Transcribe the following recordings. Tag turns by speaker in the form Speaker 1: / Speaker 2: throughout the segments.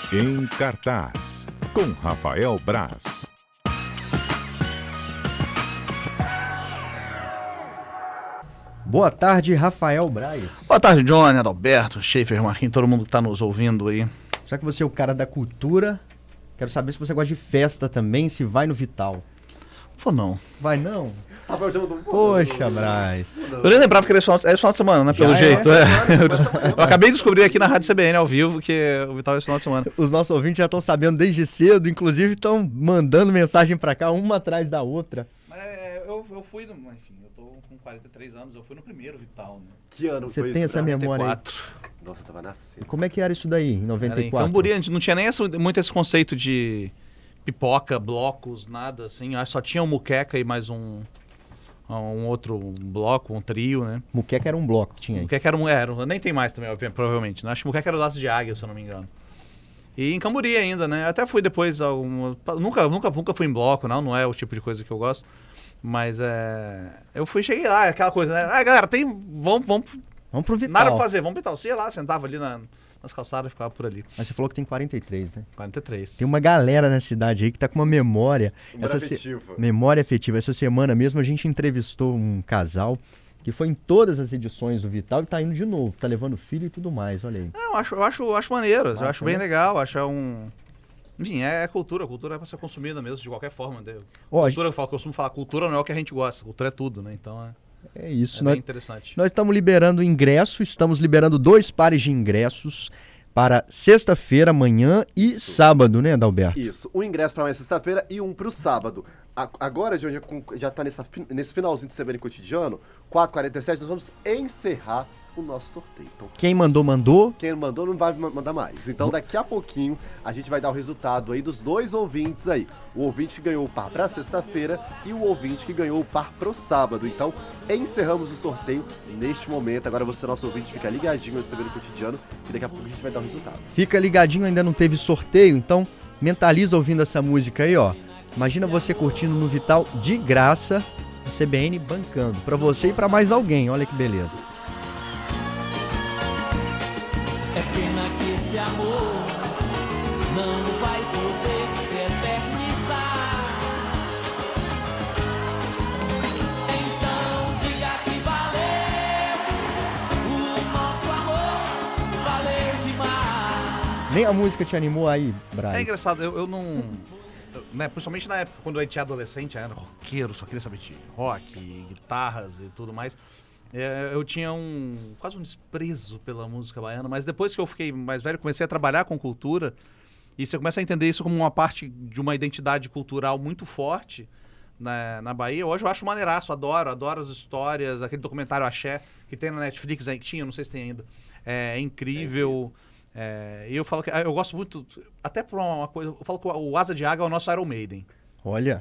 Speaker 1: Em Cartaz, com Rafael Braz.
Speaker 2: Boa tarde, Rafael Braz.
Speaker 3: Boa tarde, Johnny, Adalberto, Schaefer, Marquinhos, todo mundo que está nos ouvindo aí.
Speaker 2: Já que você é o cara da cultura, quero saber se você gosta de festa também, se vai no Vital.
Speaker 3: Vou não.
Speaker 2: Vai não?
Speaker 4: Rafael já mandou
Speaker 2: Poxa, Braz.
Speaker 3: Eu nem lembrava que era esse final de semana, né? Pelo
Speaker 2: Já
Speaker 3: jeito.
Speaker 2: é.
Speaker 3: Eu acabei de descobrir aqui na Rádio CBN ao vivo que o Vital é esse final de semana.
Speaker 2: Os nossos ouvintes já estão sabendo desde cedo, inclusive estão mandando mensagem pra cá, uma atrás da outra.
Speaker 3: Eu fui, enfim, eu tô com 43 anos, eu fui no primeiro Vital, né?
Speaker 4: Que ano
Speaker 2: Você
Speaker 4: foi
Speaker 2: tem
Speaker 4: isso?
Speaker 2: essa memória aí?
Speaker 3: 94.
Speaker 4: Nossa, eu tava nascendo.
Speaker 2: Como é que era isso daí, em
Speaker 3: Era em
Speaker 2: 94?
Speaker 3: Camburi, a gente não tinha nem muito esse conceito de pipoca, blocos, nada assim. Acho que só tinha um muqueca e mais um outro bloco, um trio, né?
Speaker 2: Muqueca era um bloco que tinha aí.
Speaker 3: Muqueca era, nem tem mais também, provavelmente, né? Acho que Muqueca era o Laço de Águia, se eu não me engano. E em Camburi ainda, né? Até fui depois, nunca fui em bloco, não é o tipo de coisa que eu gosto. Mas eu cheguei lá, aquela coisa, né? Ah, galera, vamos
Speaker 2: pro Vital.
Speaker 3: nada pra fazer, vamos pro Vital. Você ia lá, sentava ali nas calçadas e ficava por ali.
Speaker 2: Mas você falou que tem 43, né?
Speaker 3: 43.
Speaker 2: Tem uma galera na cidade aí que tá com uma memória. Memória afetiva. Essa semana mesmo a gente entrevistou um casal que foi em todas as edições do Vital e tá indo de novo. Tá levando filho e tudo mais, olha aí.
Speaker 3: Eu acho maneiro, eu acho bem
Speaker 2: né?
Speaker 3: legal, acho Enfim, é cultura, cultura é pra ser consumida mesmo, de qualquer forma.
Speaker 2: Ó,
Speaker 3: Cultura, eu costumo falar, cultura não é o que a gente gosta, cultura é tudo, né? Então
Speaker 2: é isso.
Speaker 3: bem interessante.
Speaker 2: Nós estamos liberando ingresso, estamos liberando 2 pares de ingressos para sexta-feira, amanhã e sábado, né, Adalberto?
Speaker 4: Isso, um ingresso pra amanhã sexta-feira e um pro sábado. Agora, Johnny, já tá nesse finalzinho de semana cotidiano, 4h47, nós vamos encerrar o nosso sorteio. Então,
Speaker 2: Quem mandou.
Speaker 4: quem não mandou não vai mandar mais. Então, daqui a pouquinho, a gente vai dar o resultado aí dos 2 ouvintes aí. O ouvinte que ganhou o par pra sexta-feira e o ouvinte que ganhou o par pro sábado. Então, encerramos o sorteio neste momento. Agora você, nosso ouvinte, fica ligadinho no CBN Cotidiano, que daqui a pouco a gente vai dar o resultado.
Speaker 2: Fica ligadinho, ainda não teve sorteio, então mentaliza ouvindo essa música aí, ó. Imagina você curtindo no Vital de graça, a CBN bancando, pra você e pra mais alguém, olha que beleza.
Speaker 5: É pena que esse amor não vai poder se eternizar. Então diga que valeu, o nosso amor valeu demais.
Speaker 2: Nem a música te animou aí, Braz?
Speaker 3: É engraçado, eu não... Né, principalmente na época, quando a gente era adolescente, era roqueiro, só queria saber de rock, guitarras e tudo mais. Eu tinha quase um desprezo pela música baiana, mas depois que eu fiquei mais velho, comecei a trabalhar com cultura, e você começa a entender isso como uma parte de uma identidade cultural muito forte na Bahia. Hoje eu acho maneiraço, adoro as histórias, aquele documentário Axé, que tem na Netflix, aí, que tinha, não sei se tem ainda, é incrível. E eu falo que eu gosto muito, até por uma coisa, eu falo que o Asa de Águia é o nosso Iron Maiden.
Speaker 2: Olha.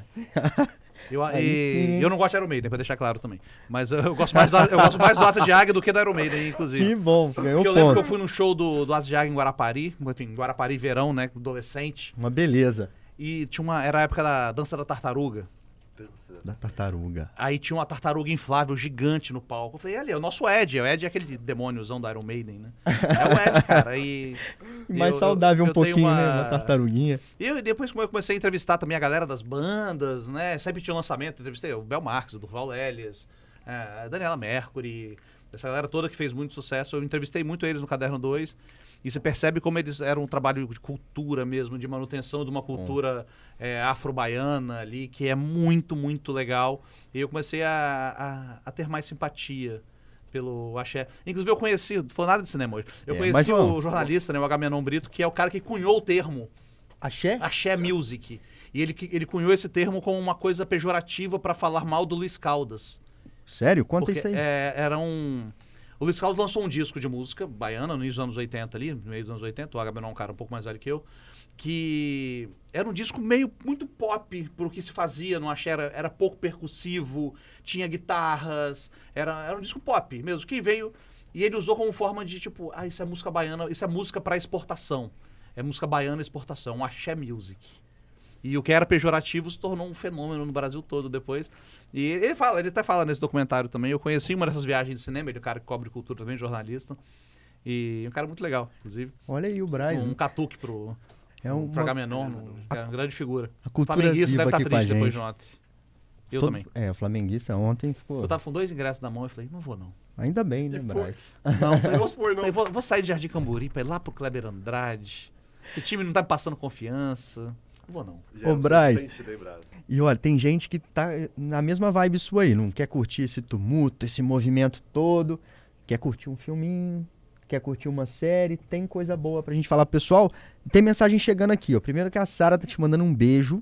Speaker 3: Eu não gosto de Iron Maiden, pra deixar claro também. Mas eu gosto mais do Asa de Águia do que do Iron Maiden, inclusive.
Speaker 2: Que bom, ganhou
Speaker 3: Porque eu
Speaker 2: ponto.
Speaker 3: lembro que eu fui num show do Asa de Águia em Guarapari, enfim, Guarapari verão, né, adolescente.
Speaker 2: Uma beleza.
Speaker 3: E era a época da dança da tartaruga.
Speaker 2: Da tartaruga.
Speaker 3: Aí tinha uma tartaruga inflável gigante no palco. Eu falei, ali, é o nosso Ed. O Ed é aquele demôniozão da Iron Maiden, né? É o Ed, cara. E
Speaker 2: mais saudável um pouquinho, né? Uma tartaruguinha.
Speaker 3: E depois eu comecei a entrevistar também a galera das bandas, né? Sempre tinha lançamento. Entrevistei o Bel Marques, o Durval Lélias, a Daniela Mercury, essa galera toda que fez muito sucesso. Eu entrevistei muito eles no Caderno 2. E você percebe como eles eram um trabalho de cultura mesmo, de manutenção de uma cultura afro-baiana ali, que é muito, muito legal. E eu comecei a ter mais simpatia pelo axé. Inclusive eu conheci, não falou nada de cinema hoje, eu conheci o jornalista, né, o Agamenon Brito, que é o cara que cunhou o termo
Speaker 2: Axé?
Speaker 3: Axé Music. E ele cunhou esse termo como uma coisa pejorativa para falar mal do Luiz Caldas.
Speaker 2: Sério? Conta
Speaker 3: Porque
Speaker 2: isso aí.
Speaker 3: O Luiz Caldas lançou um disco de música baiana no início dos anos 80 ali, no meio dos anos 80, o Agamenon é um cara um pouco mais velho que eu, que era um disco muito pop pro que se fazia no axé, era pouco percussivo, tinha guitarras, era um disco pop mesmo, que veio, e ele usou como forma de tipo, isso é música baiana, isso é música para exportação, é música baiana exportação, um axé music. E o que era pejorativo se tornou um fenômeno no Brasil todo depois. E ele até fala nesse documentário também. Eu conheci uma dessas viagens de cinema, ele é um cara que cobre cultura também, jornalista. E um cara muito legal, inclusive.
Speaker 2: Olha aí o Braz.
Speaker 3: Um catuque pro Pra Agamenon, que é uma grande figura.
Speaker 2: A cultura
Speaker 3: Flamenguista
Speaker 2: viva
Speaker 3: deve estar
Speaker 2: aqui com a
Speaker 3: triste depois de
Speaker 2: gente.
Speaker 3: ontem. Eu também.
Speaker 2: O flamenguista ontem ficou...
Speaker 3: Eu tava com 2 ingressos na mão e falei, não vou não.
Speaker 2: Ainda bem, né, Braz?
Speaker 3: Não, falei,
Speaker 4: Não foi, não.
Speaker 3: falei, vou sair de Jardim Camburi pra ir lá pro Kleber Andrade. Esse time não tá me passando confiança. Não vou não.
Speaker 4: Já
Speaker 2: Ô, Braz,
Speaker 4: sente, né, Braz?
Speaker 2: e olha, tem gente que tá na mesma vibe sua aí, não quer curtir esse tumulto, esse movimento todo, quer curtir um filminho, quer curtir uma série, tem coisa boa pra gente falar. Pessoal, tem mensagem chegando aqui, ó. Primeiro que a Sara tá te mandando um beijo,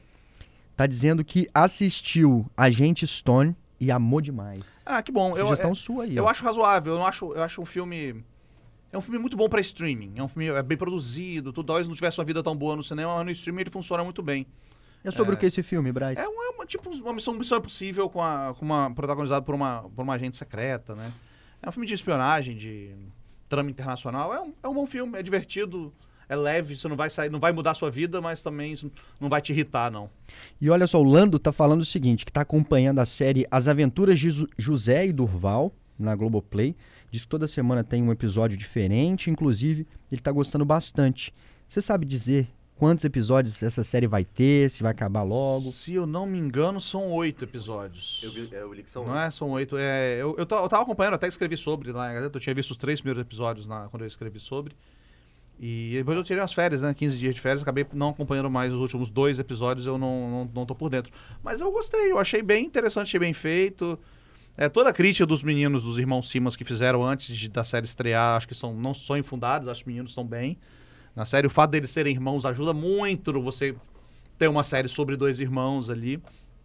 Speaker 2: tá dizendo que assistiu Agente Stone e amou demais.
Speaker 3: Ah, que bom.
Speaker 2: Sugestão sua aí,
Speaker 3: Eu
Speaker 2: ó.
Speaker 3: acho razoável. Eu acho um filme... É um filme muito bom pra streaming. É um filme bem produzido. Talvez não tivesse uma vida tão boa no cinema, mas no streaming ele funciona muito bem.
Speaker 2: É sobre o que esse filme, Braz?
Speaker 3: É uma missão impossível protagonizada por uma agente secreta, né? É um filme de espionagem, de trama internacional. É um bom filme, é divertido, é leve, você não vai sair, não vai mudar a sua vida, mas também isso não vai te irritar, não.
Speaker 2: E olha só, o Lando tá falando o seguinte, que tá acompanhando a série As Aventuras de José e Durval na Globoplay. Diz que toda semana tem um episódio diferente, inclusive ele tá gostando bastante. Você sabe dizer quantos episódios essa série vai ter, se vai acabar logo?
Speaker 3: Se eu não me engano, são 8 episódios.
Speaker 4: Eu li que são
Speaker 3: Não é? São 8. Eu tava acompanhando, até escrevi sobre lá na Gazeta. Eu tinha visto os 3 primeiros episódios quando eu escrevi sobre. E depois eu tirei umas férias, né? 15 dias de férias. Acabei não acompanhando mais os últimos 2 episódios. Eu não tô por dentro. Mas eu gostei, eu achei bem interessante, achei bem feito. Toda a crítica dos meninos, dos irmãos Simas que fizeram antes da série estrear, acho que não são infundados, acho que os meninos estão bem. Na série, o fato deles serem irmãos ajuda muito você ter uma série sobre 2 irmãos ali.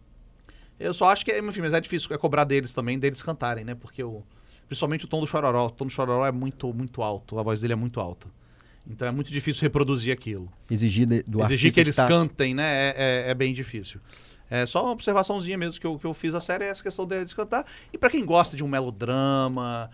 Speaker 3: Eu só acho que, enfim, mas é difícil cobrar deles também, deles cantarem, né? Porque principalmente o Tom do Chororó. O Tom do Chororó é muito, muito alto, a voz dele é muito alta. Então é muito difícil reproduzir aquilo.
Speaker 2: Exigir
Speaker 3: que eles cantem, né? É bem difícil. É só uma observaçãozinha mesmo que eu fiz a série, é essa questão deles cantar. E pra quem gosta de um melodrama,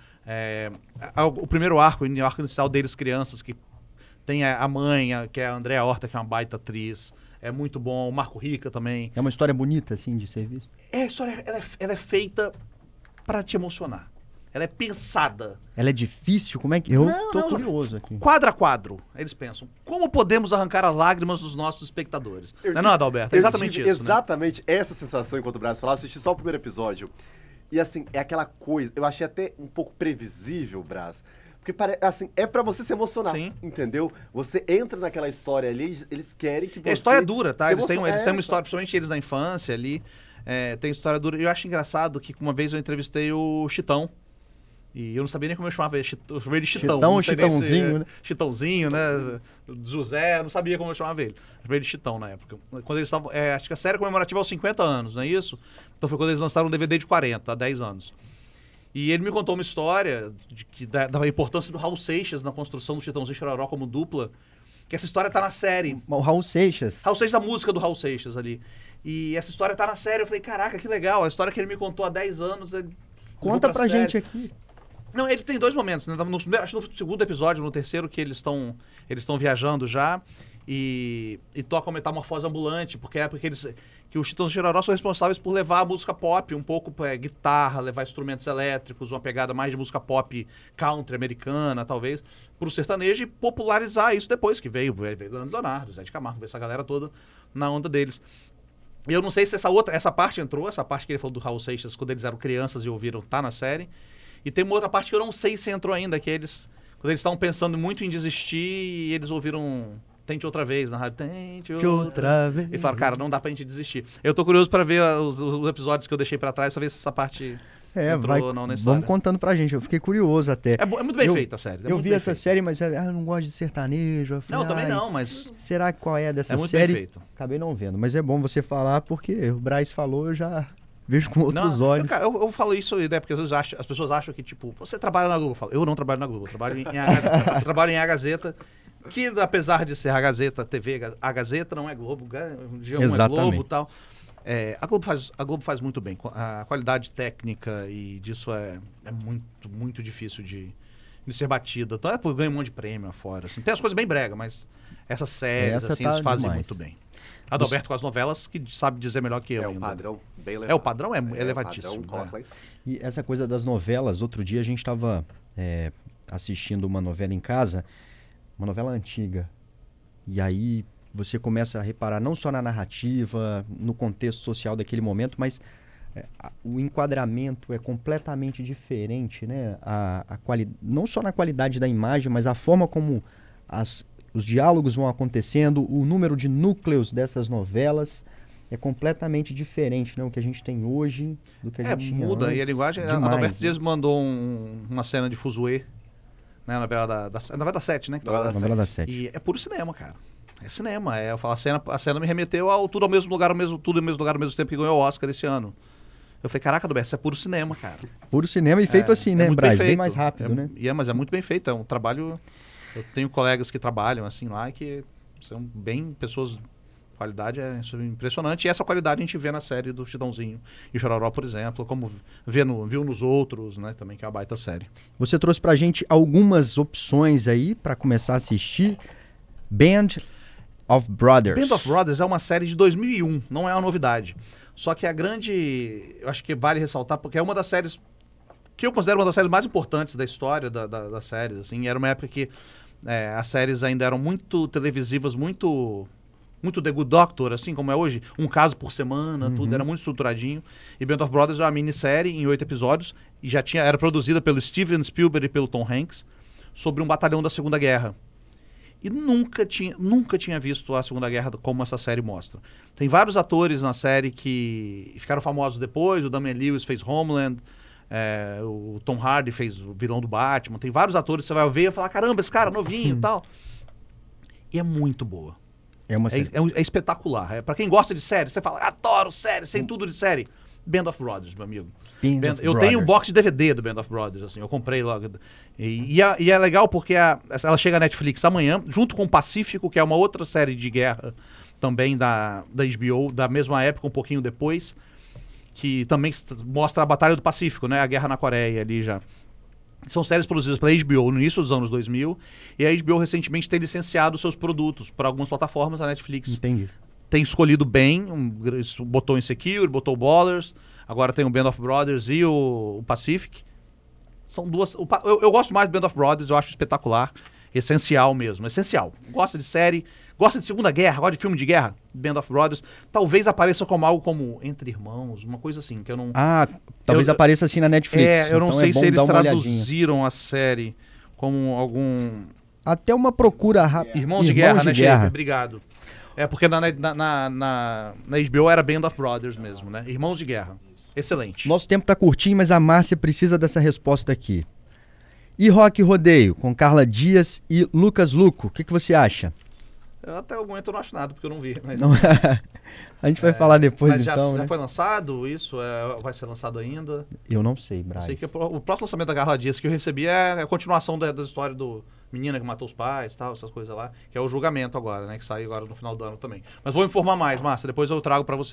Speaker 3: o primeiro arco inicial deles, crianças, que tem a mãe, que é a Andréa Horta, que é uma baita atriz. É muito bom. O Marco Rica também.
Speaker 2: É uma história bonita, assim, de ser vista?
Speaker 3: A história ela é feita pra te emocionar. Ela é pensada.
Speaker 2: Ela é difícil? Como é que... Eu tô curioso aqui.
Speaker 3: Quadro a quadro, eles pensam. Como podemos arrancar as lágrimas dos nossos espectadores? Não, Adalberto? É exatamente isso,
Speaker 4: exatamente, né? Essa sensação enquanto o Braz falava. Eu assisti só o primeiro episódio. E assim, é aquela coisa... Eu achei até um pouco previsível, Braz. Porque assim, é pra você se emocionar,
Speaker 3: sim,
Speaker 4: entendeu? Você entra naquela história ali, eles querem que você...
Speaker 3: A história é dura, tá? Eles têm uma história,
Speaker 4: história,
Speaker 3: principalmente eles na infância ali, tem história dura. E eu acho engraçado que uma vez eu entrevistei o Chitão, e eu não sabia nem como eu chamava ele, eu chamei ele Chitão.
Speaker 2: Chitão ou Chitãozinho, né?
Speaker 3: Chitãozinho, né? José, eu não sabia como eu chamava ele. Eu chamei ele Chitão na época. Quando eles estavam, acho que a série comemorativa aos 50 anos, não é isso? Então foi quando eles lançaram um DVD de 40, há 10 anos. E ele me contou uma história da importância do Raul Seixas na construção do Chitãozinho e Chororó como dupla, que essa história tá na série.
Speaker 2: O Raul Seixas?
Speaker 3: Raul Seixas, a música do Raul Seixas ali. E essa história tá na série. Eu falei, caraca, que legal. A história que ele me contou há 10 anos.
Speaker 2: Conta pra gente aqui.
Speaker 3: Não, ele tem 2 momentos, né? Acho que no segundo episódio, no terceiro, que eles estão viajando já. E toca uma metamorfose ambulante, porque que os Chitãozinho e Chororó são responsáveis por levar a música pop um pouco pra guitarra, levar instrumentos elétricos, uma pegada mais de música pop country americana, talvez, pro sertanejo e popularizar isso depois, que veio Leonardo, Zé de Camargo, veio essa galera toda na onda deles. E eu não sei se essa parte entrou, essa parte que ele falou do Raul Seixas, quando eles eram crianças e ouviram, tá na série. E tem uma outra parte que eu não sei se entrou ainda, que quando eles estavam pensando muito em desistir, e eles ouviram... Tente outra vez na rádio. Tente outra vez. E falaram, cara, não dá pra gente desistir. Eu tô curioso pra ver os episódios que eu deixei pra trás, pra ver se essa parte entrou ou não nessa
Speaker 2: Vamos contando pra gente. Eu fiquei curioso até.
Speaker 3: É muito bem feita a série.
Speaker 2: Eu vi essa série, mas eu não gosto de sertanejo. Eu falei,
Speaker 3: não, também não, mas...
Speaker 2: Será qual é dessa série?
Speaker 3: É muito bem feito.
Speaker 2: Acabei não vendo, mas é bom você falar, porque o Braz falou, eu já... Vejo com outros olhos.
Speaker 3: Eu falo isso, né? Porque às vezes as pessoas acham que, tipo, você trabalha na Globo. Eu falo, eu não trabalho na Globo, eu trabalho em A Gazeta. Eu trabalho em A Gazeta, que apesar de ser A Gazeta TV, A Gazeta não é Globo, não é Globo e tal. A Globo faz muito bem. A qualidade técnica e disso é muito, muito difícil de ser batida. Então ganha um monte de prêmio afora. Assim. Tem as coisas bem brega, mas essas séries assim, eles fazem muito bem. Adalberto com as novelas, que sabe dizer melhor que eu.
Speaker 4: O padrão bem elevado.
Speaker 3: O padrão é elevadíssimo.
Speaker 2: E essa coisa das novelas, outro dia a gente estava assistindo uma novela em casa, uma novela antiga, E aí você começa a reparar não só na narrativa, no contexto social daquele momento, mas o enquadramento é completamente diferente, né? Não só na qualidade da imagem, mas a forma como os diálogos vão acontecendo, o número de núcleos dessas novelas é completamente diferente, né? O que a gente tem hoje do que a gente tinha
Speaker 3: muda,
Speaker 2: antes.
Speaker 3: E a linguagem...
Speaker 2: Demais,
Speaker 3: a Roberto
Speaker 2: né?
Speaker 3: Dias mandou uma cena de Fuzue, né? Na novela da Sete, né?
Speaker 2: Novela da Sete.
Speaker 3: E é puro cinema, cara. É cinema. Eu falo, a cena me remeteu ao tudo ao mesmo lugar, tudo ao mesmo lugar ao mesmo tempo que ganhou o Oscar esse ano. Eu falei, caraca, Roberto, isso é puro cinema, cara.
Speaker 2: Puro cinema e feito assim, né,
Speaker 3: muito
Speaker 2: Braz?
Speaker 3: bem
Speaker 2: Bem
Speaker 3: feito.
Speaker 2: mais rápido, né?
Speaker 3: Mas é muito bem feito. É um trabalho... Eu tenho colegas que trabalham assim lá que são bem pessoas de qualidade, é impressionante. E essa qualidade a gente vê na série do Chitãozinho e Chororó, por exemplo, como viu nos outros, né, também, que é uma baita série.
Speaker 2: Você trouxe pra gente algumas opções aí pra começar a assistir. Band of Brothers.
Speaker 3: Band of Brothers é uma série de 2001, não é uma novidade. Só que eu acho que vale ressaltar, porque é uma das séries que eu considero uma das séries mais importantes da história das séries, assim. Era uma época que as séries ainda eram muito televisivas, muito The Good Doctor, assim como é hoje, um caso por semana, tudo era muito estruturadinho. E Band of Brothers é uma minissérie em 8 episódios, e era produzida pelo Steven Spielberg e pelo Tom Hanks, sobre um batalhão da Segunda Guerra. E nunca tinha visto a Segunda Guerra como essa série mostra. Tem vários atores na série que ficaram famosos depois. O Damian Lewis fez Homeland, o Tom Hardy fez o vilão do Batman. Tem vários atores que você vai ver e falar, caramba, esse cara novinho e tal. E é muito boa. É espetacular. Pra quem gosta de série, você fala, adoro série, sei tudo de série. Band of Brothers, meu amigo. Eu tenho um box de DVD do Band of Brothers, assim, eu comprei logo. E é legal porque ela chega na Netflix amanhã, junto com o Pacífico, que é uma outra série de guerra também da HBO, da mesma época, um pouquinho depois, que também mostra a Batalha do Pacífico, né? A guerra na Coreia ali já. São séries produzidas pela HBO no início dos anos 2000, e a HBO recentemente tem licenciado seus produtos para algumas plataformas. A Netflix
Speaker 2: Entendi.
Speaker 3: tem escolhido bem, botou Insecure, botou Ballers, agora tem o Band of Brothers e o Pacific. São duas... Eu gosto mais do Band of Brothers, eu acho espetacular, essencial mesmo, essencial. Gosta de série, gosta de Segunda Guerra, gosta de filme de guerra, Band of Brothers. Talvez apareça como algo como Entre Irmãos, uma coisa assim, que eu não...
Speaker 2: Talvez apareça assim na Netflix.
Speaker 3: Eu não
Speaker 2: então
Speaker 3: sei se eles
Speaker 2: traduziram
Speaker 3: a série como algum...
Speaker 2: Até uma procura rápida.
Speaker 3: Irmãos de Guerra, né, Chefe? Obrigado. Porque na HBO era Band of Brothers mesmo, né? Irmãos de Guerra. Excelente.
Speaker 2: Nosso tempo tá curtinho, mas a Márcia precisa dessa resposta aqui. E Rock Rodeio, com Carla Dias e Lucas Luco, o que você acha?
Speaker 3: Até o momento eu não acho nada, porque eu não vi. Mas...
Speaker 2: Não, a gente vai falar depois,
Speaker 3: mas
Speaker 2: então,
Speaker 3: já foi lançado isso? Vai ser lançado ainda?
Speaker 2: Eu não sei, Braz.
Speaker 3: Sei que o próximo lançamento da Carla Dias que eu recebi é a continuação da história do menina que matou os pais, tal, essas coisas lá, que é o julgamento agora, né? Que sai agora no final do ano também. Mas vou informar mais, Márcia, depois eu trago pra você.